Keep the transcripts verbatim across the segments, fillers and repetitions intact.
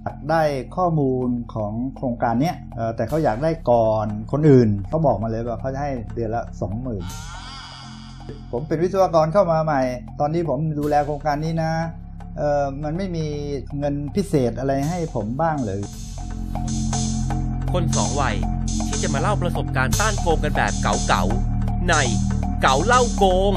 อยากได้ข้อมูลของโครงการนี้แต่เขาอยากได้ก่อนคนอื่นเขาบอกมาเลยว่าเขาจะให้เดือนละ สองหมื่น ผมเป็นวิศวกรเข้ามาใหม่ตอนนี้ผมดูแลโครงการนี้นะเออมันไม่มีเงินพิเศษอะไรให้ผมบ้างเลยคนสองวัยที่จะมาเล่าประสบการณ์ต้านโกงกันแบบเก๋าๆในเก๋าเล่าโกง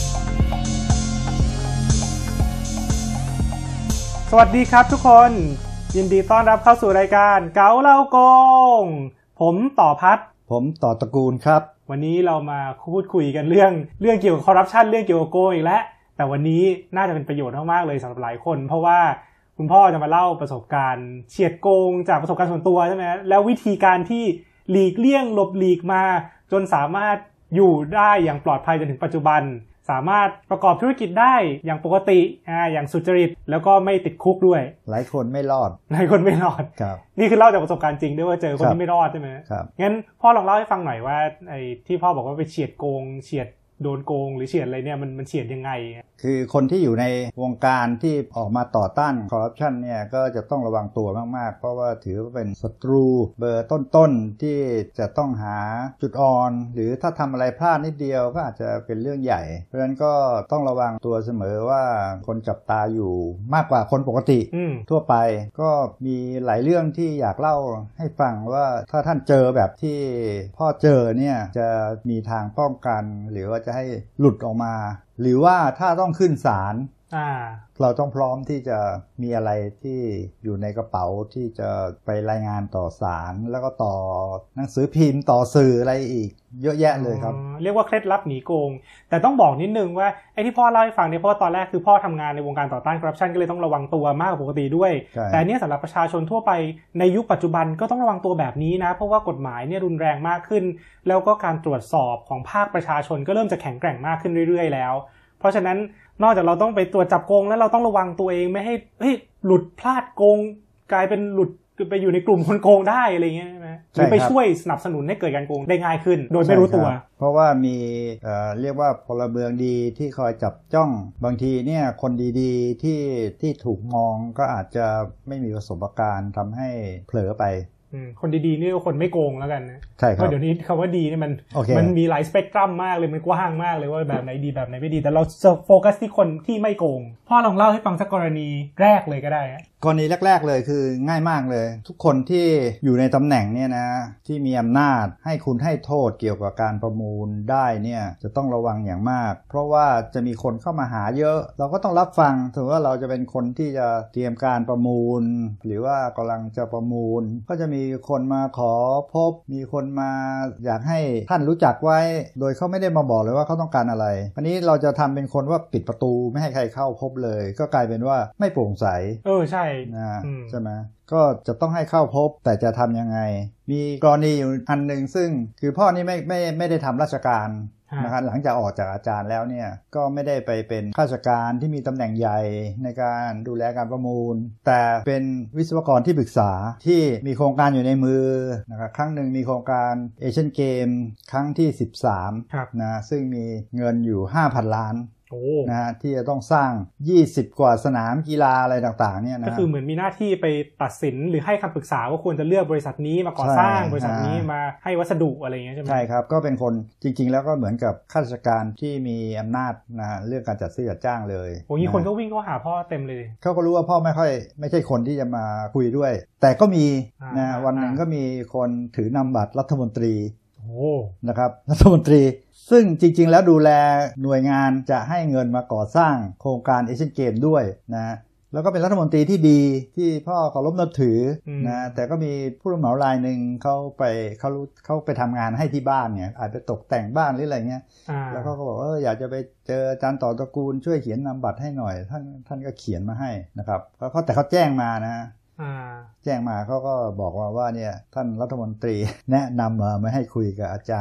สวัสดีครับทุกคนยินดีต้อนรับเข้าสู่รายการเก๋าเล่าโกงผมต่อพัดผมต่อตระกูลครับวันนี้เรามาพูดคุยกันเรื่องเรื่องเกี่ยวกับคอร์รัปชันเรื่องเกี่ยวกับโกงอีกแล้วแต่วันนี้น่าจะเป็นประโยชน์มากๆเลยสำหรับหลายคนเพราะว่าคุณพ่อจะมาเล่าประสบการณ์เฉียดโกงจากประสบการณ์ส่วนตัวใช่ไหมแล้ววิธีการที่หลีกเลี่ยงหลบหลีกมาจนสามารถอยู่ได้อย่างปลอดภัยจนถึงปัจจุบันสามารถประกอบธุรกิจได้อย่างปกติอ่าอย่างสุจริตแล้วก็ไม่ติดคุกด้วยหลายคนไม่รอดหลายคนไม่รอดครับนี่คือเล่าจากประสบการณ์จริงด้วยว่าเจอคนที่ไม่รอดใช่ไหมครับงั้นพ่อลองเล่าให้ฟังหน่อยว่าไอ้ที่พ่อบอกว่าไปเฉียดโกงเฉียดโดนโกงหรือเฉียดอะไรเนี่ยมันมันเฉียดยังไงคือคนที่อยู่ในวงการที่ออกมาต่อต้านคอร์รัปชันเนี่ยก็จะต้องระวังตัวมากๆเพราะว่าถือว่าเป็นศัตรูเบอร์ต้นๆที่จะต้องหาจุดอ่อนหรือถ้าทำอะไรพลาดนิดเดียวก็อาจจะเป็นเรื่องใหญ่เพราะฉะนั้นก็ต้องระวังตัวเสมอว่าคนจับตาอยู่มากกว่าคนปกติทั่วไปก็มีหลายเรื่องที่อยากเล่าให้ฟังว่าถ้าท่านเจอแบบที่พ่อเจอเนี่ยจะมีทางป้องกันหรือว่าจะให้หลุดออกมาหรือว่าถ้าต้องขึ้นศาลเราต้องพร้อมที่จะมีอะไรที่อยู่ในกระเป๋าที่จะไปรายงานต่อศาลแล้วก็ต่อหนังสือพิมพ์ต่อสื่ออะไรอีกเยอะแยะเลยครับเรียกว่าเคล็ดลับหนีโกงแต่ต้องบอกนิดนึงว่าไอ้ที่พ่อเล่าให้ฟังเนี่ยเพราะว่าตอนแรกคือพ่อทำงานในวงการต่อต้านคอร์รัปชันก็เลยต้องระวังตัวมากกว่าปกติด้วยแต่อันนี้สำหรับประชาชนทั่วไปในยุคปัจจุบันก็ต้องระวังตัวแบบนี้นะเพราะว่ากฎหมายเนี่ยรุนแรงมากขึ้นแล้วก็การตรวจสอบของภาคประชาชนก็เริ่มจะแข็งแกร่งมากขึ้นเรื่อยๆแล้วเพราะฉะนั้นนอกจากเราต้องไปตรวจจับโกงแล้วเราต้องระวังตัวเองไม่ให้เฮ้ยหลุดพลาดโกงกลายเป็นหลุดไปอยู่ในกลุ่มคนโกงได้อะไรเงี้ยใช่ไหมหรือไปช่วยสนับสนุนให้เกิดการโกงได้ง่ายขึ้นโดยไม่รู้ตัวเพราะว่ามีเอ่อเรียกว่าพลเมืองดีที่คอยจับจ้องบางทีเนี่ยคนดีๆที่ที่ถูกมองก็อาจจะไม่มีประสบการณ์ทำให้เผลอไปคนดีๆนี่ก็คนไม่โกงแล้วกันนะใช่ครับเพราะเดี๋ยวนี้คำว่าดีนี่มัน okay. มันมีหลายสเปกตรัมมากเลยมันกว้างมากเลยว่าแบบไหนดีแบบไหนไม่ดีแต่เราจะโฟกัสที่คนที่ไม่โกงพ่อลองเล่าให้ฟังสักกรณีแรกเลยก็ได้กรณีแรกๆเลยคือง่ายมากเลยทุกคนที่อยู่ในตำแหน่งเนี่ยนะที่มีอำนาจให้คุณให้โทษเกี่ยวกับการประมูลได้เนี่ยจะต้องระวังอย่างมากเพราะว่าจะมีคนเข้ามาหาเยอะเราก็ต้องรับฟังถือว่าเราจะเป็นคนที่จะเตรียมการประมูลหรือว่ากำลังจะประมูลก็จะมีคนมาขอพบมีคนมาอยากให้ท่านรู้จักไว้โดยเขาไม่ได้มาบอกเลยว่าเขาต้องการอะไรอันนี้เราจะทำเป็นคนว่าปิดประตูไม่ให้ใครเข้าพบเลยก็กลายเป็นว่าไม่โปร่งใสเออใช่นะใช่ไหมก็จะต้องให้เข้าพบแต่จะทำยังไงมีกรณีอยู่อันหนึ่งซึ่งคือพ่อนี่ไม่ไม่ไม่ได้ทำราชการนะครับหลังจากออกจากอาจารย์แล้วเนี่ยก็ไม่ได้ไปเป็นข้าราชการที่มีตำแหน่งใหญ่ในการดูแลการประมูลแต่เป็นวิศวกรที่ปรึกษาที่มีโครงการอยู่ในมือนะครับครั้งหนึ่งมีโครงการเอเชียนเกมครั้งที่สิบสามนะซึ่งมีเงินอยู่ ห้าพัน ล้านนะฮะที่จะต้องสร้างยี่สิบกว่าสนามกีฬาอะไรต่างๆเนี่ยนะก็คือเหมือนมีหน้าที่ไปตัดสินหรือให้คำปรึกษาว่าควรจะเลือกบริษัทนี้มาก่อสร้างบริษัทนี้มาให้วัสดุอะไรอย่างเงี้ยใช่ไหมใช่ครับก็เป็นคนจริงๆแล้วก็เหมือนกับข้าราชการที่มีอำนาจนะฮะเรื่องการจัดซื้อจัดจ้างเลยโอ้ยคนก็วิ่งเข้าหาพ่อเต็มเลยเขาก็รู้ว่าพ่อไม่ค่อยไม่ใช่คนที่จะมาคุยด้วยแต่ก็มีนะวันหนึ่งก็มีคนถือนำบัตรรัฐมนตรีนะครับรัฐมนตรีซึ่งจริงๆแล้วดูแลหน่วยงานจะให้เงินมาก่อสร้างโครงการเอเชียนเกมด้วยนะแล้วก็เป็นรัฐมนตรีที่ดีที่พ่อเคารพนับถือนะแต่ก็มีผู้รับเหมารายหนึ่งเขาไปเขาเขาไปทำงานให้ที่บ้านเนี่ยอาจจะตกแต่งบ้านหรืออะไรเงี้ยแล้วเขาก็บอกว่าเอออยากจะไปเจออาจารย์ต่อตระกูลช่วยเขียนนามบัตรให้หน่อยท่านท่านก็เขียนมาให้นะครับเขาแต่เขาแจ้งมานะแจ้งมาเขาก็บอกว่าว่าเนี่ยท่านรัฐมนตรีแนะนำมาไม่ให้คุยกับอาจารย์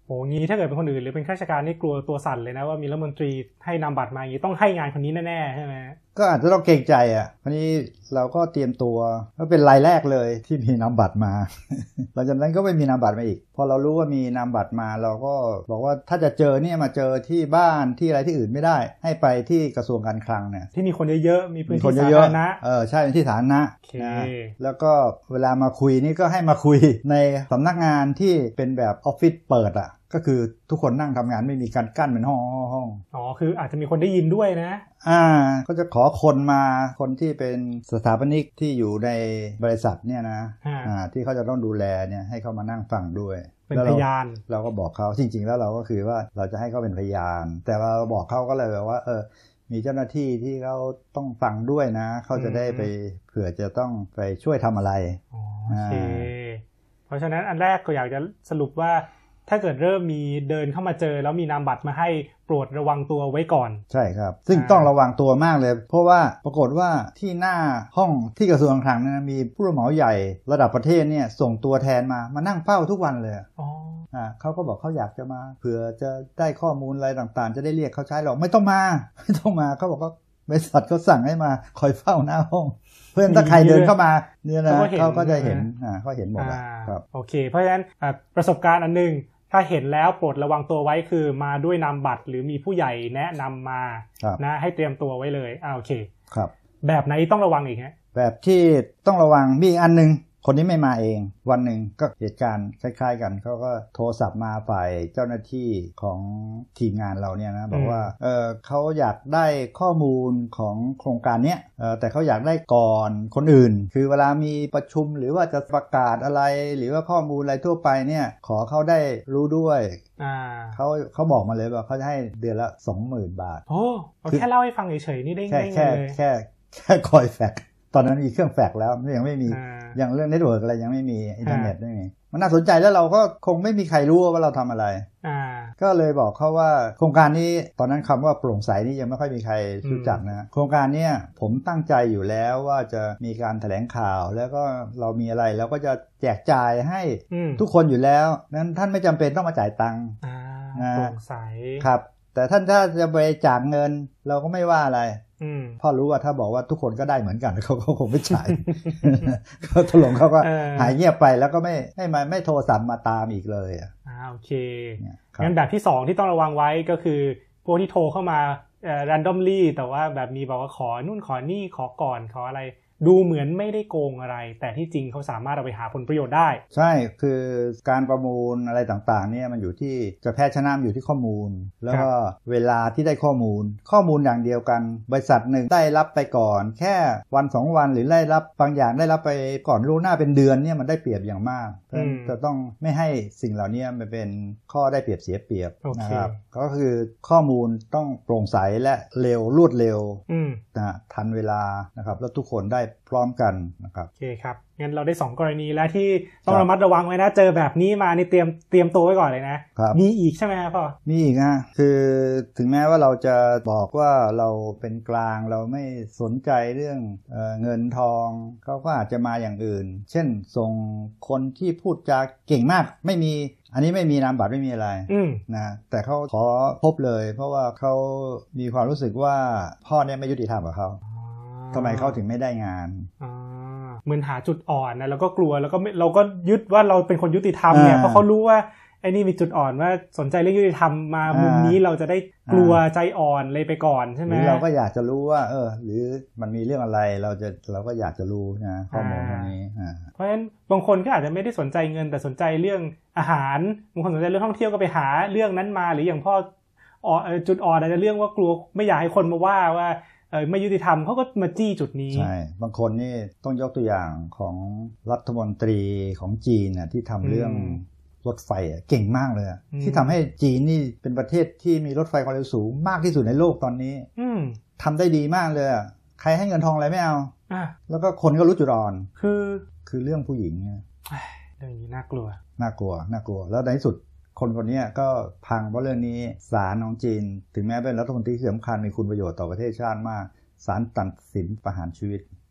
โอ้งี้ถ้าเกิดเป็นคนอื่นหรือเป็นข้าราชการนี่กลัวตัวสั่นเลยนะว่ามีรัฐมนตรีให้นามบัตรมาอย่างนี้ต้องให้งานคนนี้แน่ๆใช่ไหมก็อาจจะต้องเกรงใจอ่ะวันนี้เราก็เตรียมตัวก็เป็นรายแรกเลยที่มีนามบัตรมา หลังจากนั้นก็ไม่มีนามบัตรมาอีกพอเรารู้ว่ามีนามบัตรมาเราก็บอกว่าถ้าจะเจอเนี่ยมาเจอที่บ้านที่อะไรที่อื่นไม่ได้ให้ไปที่กระทรวงการคลังเนี่ยที่มีคนเยอะๆมีพื้นที่สาธารณะเออใช่เป็นที่สาธารณะนะแล้วก็เวลามาคุยนี่ก็ให้มาคุยในสำนักงานที่เป็นแบบออฟฟิศเปิดอ่ะก็คือทุกคนนั่งทำงานไม่มีการกั้นเป็นห้องห้องอ๋อคืออาจจะมีคนได้ยินด้วยนะอ่าก็จะขอคนมาคนที่เป็นสถาปนิกที่อยู่ในบริษัทเนี่ยนะอ่าที่เขาจะต้องดูแลเนี่ยให้เขามานั่งฟังด้วยเป็นพยานเราก็บอกเขาจริงๆแล้วเราก็คือว่าเราจะให้เขาเป็นพยานแต่เราบอกเขาก็เลยแบบว่าเออมีเจ้าหน้าที่ที่เขาต้องฟังด้วยนะเขาจะได้ไปเผื่อจะต้องไปช่วยทำอะไรอ๋อโอเคเพราะฉะนั้นอันแรกก็อยากจะสรุปว่าถ้าเกิดเริ่มมีเดินเข้ามาเจอแล้วมีนามบัตรมาให้โปรดระวังตัวไว้ก่อนใช่ครับซึ่งต้องระวังตัวมากเลยเพราะว่าปรากฏว่าที่หน้าห้องที่กระทรวงการคลังนะมีผู้รับเหมาใหญ่ระดับประเทศเนี่ยส่งตัวแทนมามานั่งเฝ้าทุกวันเลยอ๋ออ่าเขาก็บอกเขาอยากจะมาเผื่อจะได้ข้อมูลอะไรต่างๆจะได้เรียกเขาใช้หรอกไม่ต้องมาไม่ต้องมาเขาบอกว่าบริษัทเขาสั่งให้มาคอยเฝ้าหน้าห้องเพื่อนถ้าใครเดินเข้ามาเนี่ยนะเขาก็จะเห็นอ่าเขาเห็นหมดแล้วครับโอเคเพราะฉะนั้นประสบการณ์อันนึงถ้าเห็นแล้วโปรดระวังตัวไว้คือมาด้วยนามบัตรหรือมีผู้ใหญ่แนะนำมานะให้เตรียมตัวไว้เลยอ่าโอเคครับแบบไหนต้องระวังอีกฮะแบบที่ต้องระวังมีอันนึงคนนี้ไม่มาเองวันหนึ่งก็เหตุการณ์คล้ายๆกันเขาก็โทรศัพท์มาฝ่ายเจ้าหน้าที่ของทีมงานเราเนี่ยนะบอกว่าเออเขาอยากได้ข้อมูลของโครงการเนี้ยเออแต่เขาอยากได้ก่อนคนอื่นคือเวลามีประชุมหรือว่าจะประกาศอะไรหรือว่าข้อมูลอะไรทั่วไปเนี่ยขอเขาได้รู้ด้วยอ่าเขาเขาบอกมาเลยว่าเขาจะให้เดือนละ สองหมื่น บาทโอ้แค่เล่าให้ฟังเฉยๆนี่ได้ไงแค่แค่แค่คอยแฟกตอนนั้นมีเครื่องแฟกแล้วยังไม่มีอย่างเรื่องเน็ตเวิร์กอะไรยังไม่มีอินเทอร์เน็ตไม่มีมันน่าสนใจแล้วเราก็คงไม่มีใครรู้ว่าเราทำอะไรก็เลยบอกเขาว่าโครงการนี้ตอนนั้นคำว่าโปร่งใสนี่ยังไม่ค่อยมีใครรู้จักนะโครงการนี้ผมตั้งใจอยู่แล้วว่าจะมีการแถลงข่าวแล้วก็เรามีอะไรเราก็จะแจกจ่ายให้ทุกคนอยู่แล้วนั้นท่านไม่จำเป็นต้องมาจ่ายตังค์โปร่งใสครับแต่ท่านถ้าจะไปจ่ายเงินเราก็ไม่ว่าอะไรพ่อรู้ว่าถ้าบอกว่าทุกคนก็ได้เหมือนกันเขาก็คงไม่จ่าย เขาถลงเขาก็หายเงียบไปแล้วก็ไม่ไม่มาไม่โทรศัพท์มาตามอีกเลยอ่ะโอเคงั้นแบบที่สองที่ต้องระวังไว้ก็คือพวกที่โทรเข้ามาเอ่อ randomly แต่ว่าแบบมีบอกว่าขอนู่นขอนี่ขอก่อนขออะไรดูเหมือนไม่ได้โกงอะไรแต่ที่จริงเขาสามารถเอาไปหาผลประโยชน์ได้ใช่คือการประมูลอะไรต่างๆเนี่ยมันอยู่ที่จะแพ้ชนะอยู่ที่ข้อมูลแล้วก็เวลาที่ได้ข้อมูลข้อมูลอย่างเดียวกันบริษัทหนึ่งได้รับไปก่อนแค่วันสองวันหรือได้รับบางอย่างได้รับไปก่อนล่วงหน้าเป็นเดือนเนี่ยมันได้เปรียบอย่างมากเพราะฉะนั้นจะต้องไม่ให้สิ่งเหล่านี้มันเป็นข้อได้เปรียบเสียเปรียบนะครับก็คือข้อมูลต้องโปร่งใสและเร็วรวดเร็วนะทันเวลานะครับแล้วทุกคนได้พร้อมกันนะครับโอเคครับงั้นเราได้สองกรณีแล้วที่ต้องระมัดระวังไว้นะเจอแบบนี้มานี่เตรียมเตรียมตัวไว้ก่อนเลยนะมีอีกใช่ไหมครับพ่อมีอีกนะคือถึงแม้ว่าเราจะบอกว่าเราเป็นกลางเราไม่สนใจเรื่องเอ่อเงินทองเขาก็อาจจะมาอย่างอื่นเช่นส่งคนที่พูดจาเก่งมากไม่มีอันนี้ไม่มีนามบัตรไม่มีอะไรนะแต่เขาขอพบเลยเพราะว่าเขามีความรู้สึกว่าพ่อเนี่ยไม่ยุติธรรมกับเขาทำไมเขาถึงไม่ได้งานเหมือนหาจุดอ่อนนะแล้วก็กลัวแล้วก็เราก็ยึดว่าเราเป็นคนยุติธรรมเนี่ยเพราะเขารู้ว่าไอ้นี่มีจุดอ่อนว่าสนใจเรื่องยุติธรรมมามุมนี้เราจะได้กลัวใจอ่อนเลยไปก่อนใช่ไหมเราก็อยากจะรู้ว่าเออหรือมันมีเรื่องอะไรเราจะเราก็อยากจะรู้นะข้อมูลตรงนี้เพราะฉะนั้นบางคนก็อาจจะไม่ได้สนใจเงินแต่สนใจเรื่องอาหารบางคนสนใจเรื่องท่องเที่ยวก็ไปหาเรื่องนั้นมาหรืออย่างพ่อจุดอ่อนอาจจะเรื่องว่ากลัวไม่อยากให้คนมาว่าว่าเออไม่ยุติธรรมเขาก็มาจี้จุดนี้ใช่บางคนนี่ต้องยกตัวอย่างของรัฐมนตรีของจีนน่ะที่ทำเรื่องรถไฟเก่งมากเลยที่ทำให้จีนนี่เป็นประเทศที่มีรถไฟความเร็วสูงมากที่สุดในโลกตอนนี้ทำได้ดีมากเลยใครให้เงินทองอะไรไม่เอาแล้วก็คนก็รู้จุดอ่อนคือคือเรื่องผู้หญิงเนี่ยเรื่องนี้น่ากลัวน่ากลัวน่ากลัวแล้วในที่สุดคนคนนี้ก็พังเพราะเรื่องนี้ศาลของจีนถึงแม้เป็นรัฐมนตรีที่สำคัญมีคุณประโยชน์ต่อประเทศชาติมากศาลตัดสินประหารชีวิตโ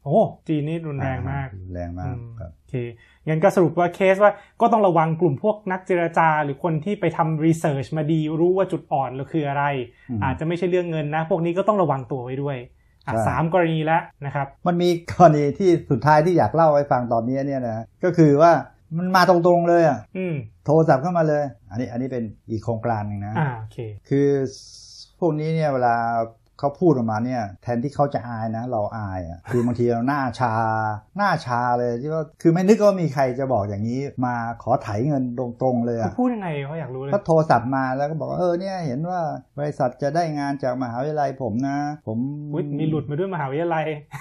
โอ้จีนนี่รุนแรงมากรุนแรงมากครับโอเคงั้นก็สรุปว่าเคสว่าก็ต้องระวังกลุ่มพวกนักเจรจาหรือคนที่ไปทำรีเสิร์ชมาดีรู้ว่าจุดอ่อนเราคืออะไรอาจจะไม่ใช่เรื่องเงินนะพวกนี้ก็ต้องระวังตัวไว้ด้วยอ่ะสามกรณีแล้วนะครับมันมีกรณีที่สุดท้ายที่อยากเล่าให้ฟังตอนนี้เนี่ยนะก็คือว่ามันมาตรงๆเลยอ่ะโทรศัพท์เข้ามาเลยอันนี้อันนี้เป็นอีกโครงการนึงนะอ่าโอเคคือพวกนี้เนี่ยเวลาเขาพูดออกมาเนี่ยแทนที่เขาจะอายนะเราอายอ่ะคือบางทีเราหน้าชาหน้าชาเลยที่ว่าคือไม่นึกว่ามีใครจะบอกอย่างนี้มาขอไถเงินตรงๆเลยอ่ะพูดยังไงเขาอยากรู้เลยเขาโทรศัพท์มาแล้วก็บอกว่าเออเนี่ยเห็นว่าบริษัทจะได้งานจากมหาวิทยาลัยผมนะผมมีหลุดมาด้วยมหาวิทยาลัย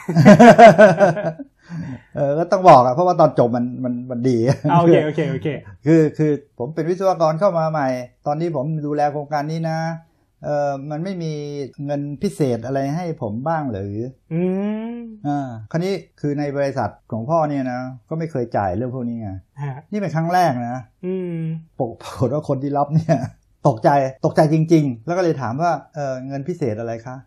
เออก็ต้องบอกอ่ะเพราะว่าตอนจบมันมันมันดีโอเคโอเคโอเคคือคือผมเป็นวิศวกรเข้ามาใหม่ตอนนี้ผมดูแลโครงการนี้นะเออมันไม่มีเงินพิเศษอะไรให้ผมบ้างหรืออืมอ่าคราวนี้คือในบริษัทของพ่อเนี่ยนะก็ไม่เคยจ่ายเรื่องพวกนี้ไงนี่เป็นครั้งแรกนะอืมปกปรากฏว่าคนที่รับเนี่ยตกใจตกใจจริงๆแล้วก็เลยถามว่าเออเงินพิเศษอะไรคะ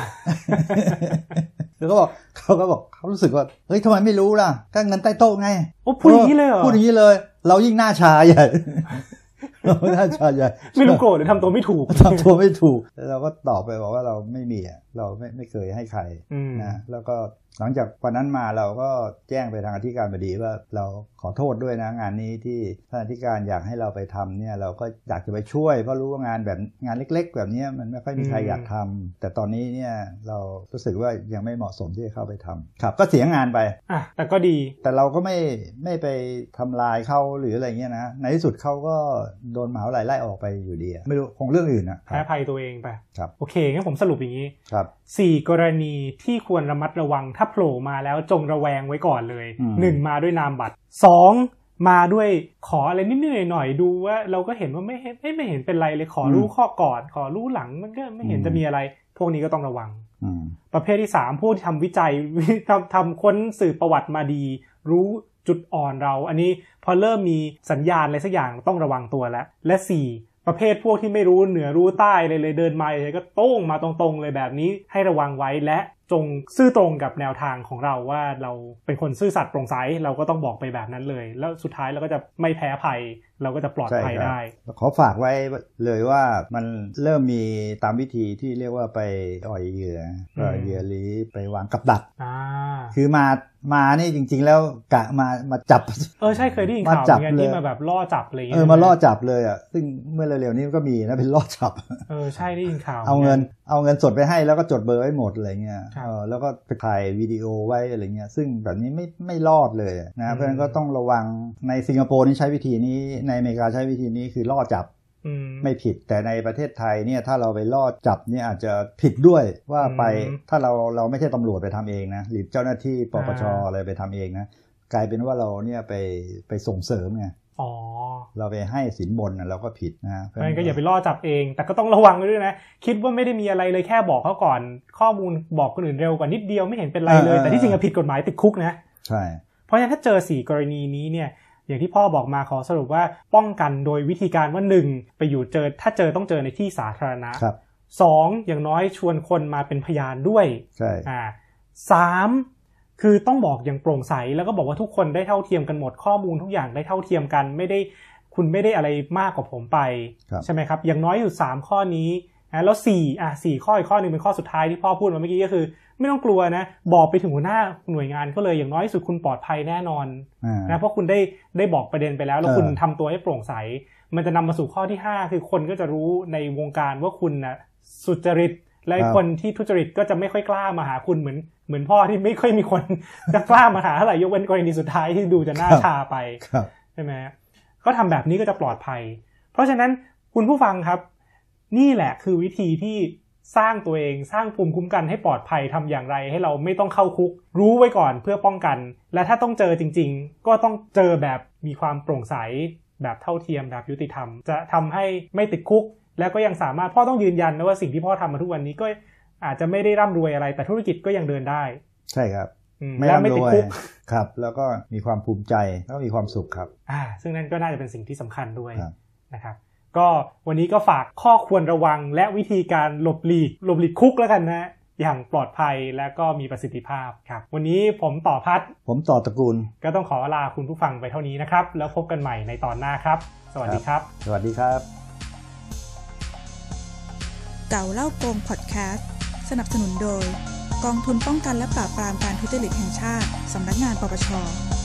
แล้วก็บอกเขาก็บอกเขารู้สึกว่าเฮ้ยทำไมไม่รู้ล่ะก็เงินใต้โต๊ะไงโอ้พูดอย่างนี้เลยเหรอพูดอย่างนี้เลยเรายิ่งหน้าชาใหญ่น่าชาใหญ่ไม่รู้โกรธหรือทำตัวไม่ถูกทำตัวไม่ถูกเราก็ตอบไปบอกว่าเราไม่มีอ่ะเราไม่ไม่เคยให้ใครนะแล้วก็หลังจากวันนั้นมาเราก็แจ้งไปทางอธิการบดีว่าเราขอโทษด้วยนะงานนี้ที่ท่านอธิการอยากให้เราไปทำเนี่ยเราก็อยากจะไปช่วยเพราะรู้ว่างานแบบงานเล็กๆแบบนี้มันไม่ค่อยมีใครอยากทำแต่ตอนนี้เนี่ยเรารู้สึกว่ายังไม่เหมาะสมที่จะเข้าไปทำครับก็เสียงานไปอ่ะแต่ก็ดีแต่เราก็ไม่ไม่ไปทำลายเขาหรืออะไรเงี้ยนะในที่สุดเขาก็โดนมหาวิทยาลัยไล่ออกไปอยู่ดีไม่รู้คงเรื่องอื่นนะแพ้ภัยตัวเองไปครับโอเคงั้นผมสรุปอย่างนี้ครับสี่กรณีที่ควรระมัดระวังถ้าโผล่มาแล้วจงระแวงไว้ก่อนเลยหนึ่งมาด้วยนามบัตรสองมาด้วยขออะไรนิดๆหน่อยๆดูว่าเราก็เห็นว่าไม่เห็นไม่เห็นเป็นไรเลยขอรู้ข้อก่อนขอรู้หลังมันก็ไม่เห็นจะมีอะไรพวกนี้ก็ต้องระวังประเภทที่สามผู้ที่ทำวิจัยทำทำค้นสืบประวัติมาดีรู้จุดอ่อนเราอันนี้พอเริ่มมีสัญญาณอะไรสักอย่างต้องระวังตัวแล้วและสี่ประเภทพวกที่ไม่รู้เหนือรู้ใต้เลยเลยเดินมาเลยก็โต้งมาตรงๆเลยแบบนี้ให้ระวังไว้และจงซื่อตรงกับแนวทางของเราว่าเราเป็นคนซื่อสัตย์โปร่งใสเราก็ต้องบอกไปแบบนั้นเลยแล้วสุดท้ายเราก็จะไม่แพ้ภัยเราก็จะปลอดภัยได้ขอฝากไว้เลยว่ามันเริ่มมีตามวิธีที่เรียกว่าไปอ่อยเหยื่อเหยื่อหรือไปวางกับดักคือมามานี่จริงๆแล้วกะมามาจับเออใช่เคยได้ยินข่าวเหมือนกันที่มาแบบล่อจับอะไรอย่างเงี้ยเออมาล่อจับเลยอ่ะซึ่งเมื่อเร็วๆนี้ก็มีนะเป็นล่อจับเออใช่ได้ยินข่าวเอาเงินเอาเงินสดไปให้แล้วก็จดเบอร์ไว้หมดอะไรเงี้ยเออแล้วก็ไปถ่ายวิดีโอไว้อะไรเงี้ยซึ่งแบบนี้ไม่ไม่รอดเลยนะเพราะฉะนั้นก็ต้องระวังในสิงคโปร์นี่ใช้วิธีนี้ในอเมริกาใช้วิธีนี้คือล่อจับไม่ผิดแต่ในประเทศไทยเนี่ยถ้าเราไปล่อจับเนี่ยอาจจะผิดด้วยว่าไปถ้าเราเราไม่ใช่ตำรวจไปทำเองนะหรือเจ้าหน้าที่ปปชอะไรไปทำเองนะกลายเป็นว่าเราเนี่ยไปไปส่งเสริมไงอ๋อเราไปให้สินบนเราก็ผิดนะเพราะงั้นก็อย่าไปล่อจับเองแต่ก็ต้องระวังด้วยนะคิดว่าไม่ได้มีอะไรเลยแค่บอกเขาก่อนข้อมูลบอกคนอื่นเร็วกว่านิดเดียวไม่เห็นเป็นไรเลยแต่ที่จริงผิดกฎหมายติดคุกนะใช่เพราะฉะนั้นถ้าเจอสี่กรณีนี้เนี่ยอย่างที่พ่อบอกมาขอสรุปว่าป้องกันโดยวิธีการว่าหนึ่งไปอยู่เจอถ้าเจอต้องเจอในที่สาธารณะสองอย่างน้อยชวนคนมาเป็นพยานด้วยใช่อ่าสามคือต้องบอกอย่างโปร่งใสแล้วก็บอกว่าทุกคนได้เท่าเทียมกันหมดข้อมูลทุกอย่างได้เท่าเทียมกันไม่ได้คุณไม่ได้อะไรมากกว่าผมไปใช่ไหมครับอย่างน้อยอยู่สามข้อนี้นะแล้วสี่อ่ะสี่ข้ออีกข้อนึงเป็นข้อสุดท้ายที่พ่อพูดมาเมื่อกี้ก็คือไม่ต้องกลัวนะบอกไปถึงหัวหน้าหน่วยงานก็เลยอย่างน้อยสุดคุณปลอดภัยแน่นอนนะเพราะคุณได้ได้บอกประเด็นไปแล้วแล้วคุณทำตัวให้โปร่งใสมันจะนำมาสู่ข้อที่ห้าคือคนก็จะรู้ในวงการว่าคุณนะสุจริตและคนที่ทุจริตก็จะไม่ค่อยกล้ามาหาคุณเหมือนเหมือนพ่อที่ไม่ค่อยมีคนจะกล้ามาหาเท่าไหร่ยกเว้นกรณีสุดท้ายที่ดูจะน่าชาไปใช่ไหมก็ทำแบบนี้ก็จะปลอดภัยเพราะฉะนั้นคุณผู้ฟังครับนี่แหละคือวิธีที่สร้างตัวเองสร้างภูมิคุ้มกันให้ปลอดภัยทำอย่างไรให้เราไม่ต้องเข้าคุกรู้ไว้ก่อนเพื่อป้องกันและถ้าต้องเจอจริงๆก็ต้องเจอแบบมีความโปร่งใสแบบเท่าเทียมแบบยุติธรรมจะทำให้ไม่ติดคุกแล้วก็ยังสามารถพ่อต้องยืนยันนะว่าสิ่งที่พ่อทำมาทุกวันนี้ก็อาจจะไม่ได้ร่ำรวยอะไรแต่ธุรกิจก็ยังเดินได้ใช่ครับไม่ร่ำรวยครับแล้วก็มีความภูมิใจแล้วก็มีความสุขครับอ่าซึ่งนั่นก็น่าจะเป็นสิ่งที่สำคัญด้วยนะครับก็วันนี้ก็ฝากข้อควรระวังและวิธีการหลบหลีกหลบหลีกคุกแล้วกันนะอย่างปลอดภัยและก็มีประสิทธิภาพครับวันนี้ผมต่อพัดผมต่อตระกูลก็ต้องขอลาคุณผู้ฟังไปเท่านี้นะครับแล้วพบกันใหม่ในตอนหน้าครับสวัสดีครับสวัสดีครับเก่าเล่าโกงพอดแคสต์สนับสนุนโดยกองทุนป้องกันและปราบปรามการทุจริตแห่งชาติสำนักงานปปช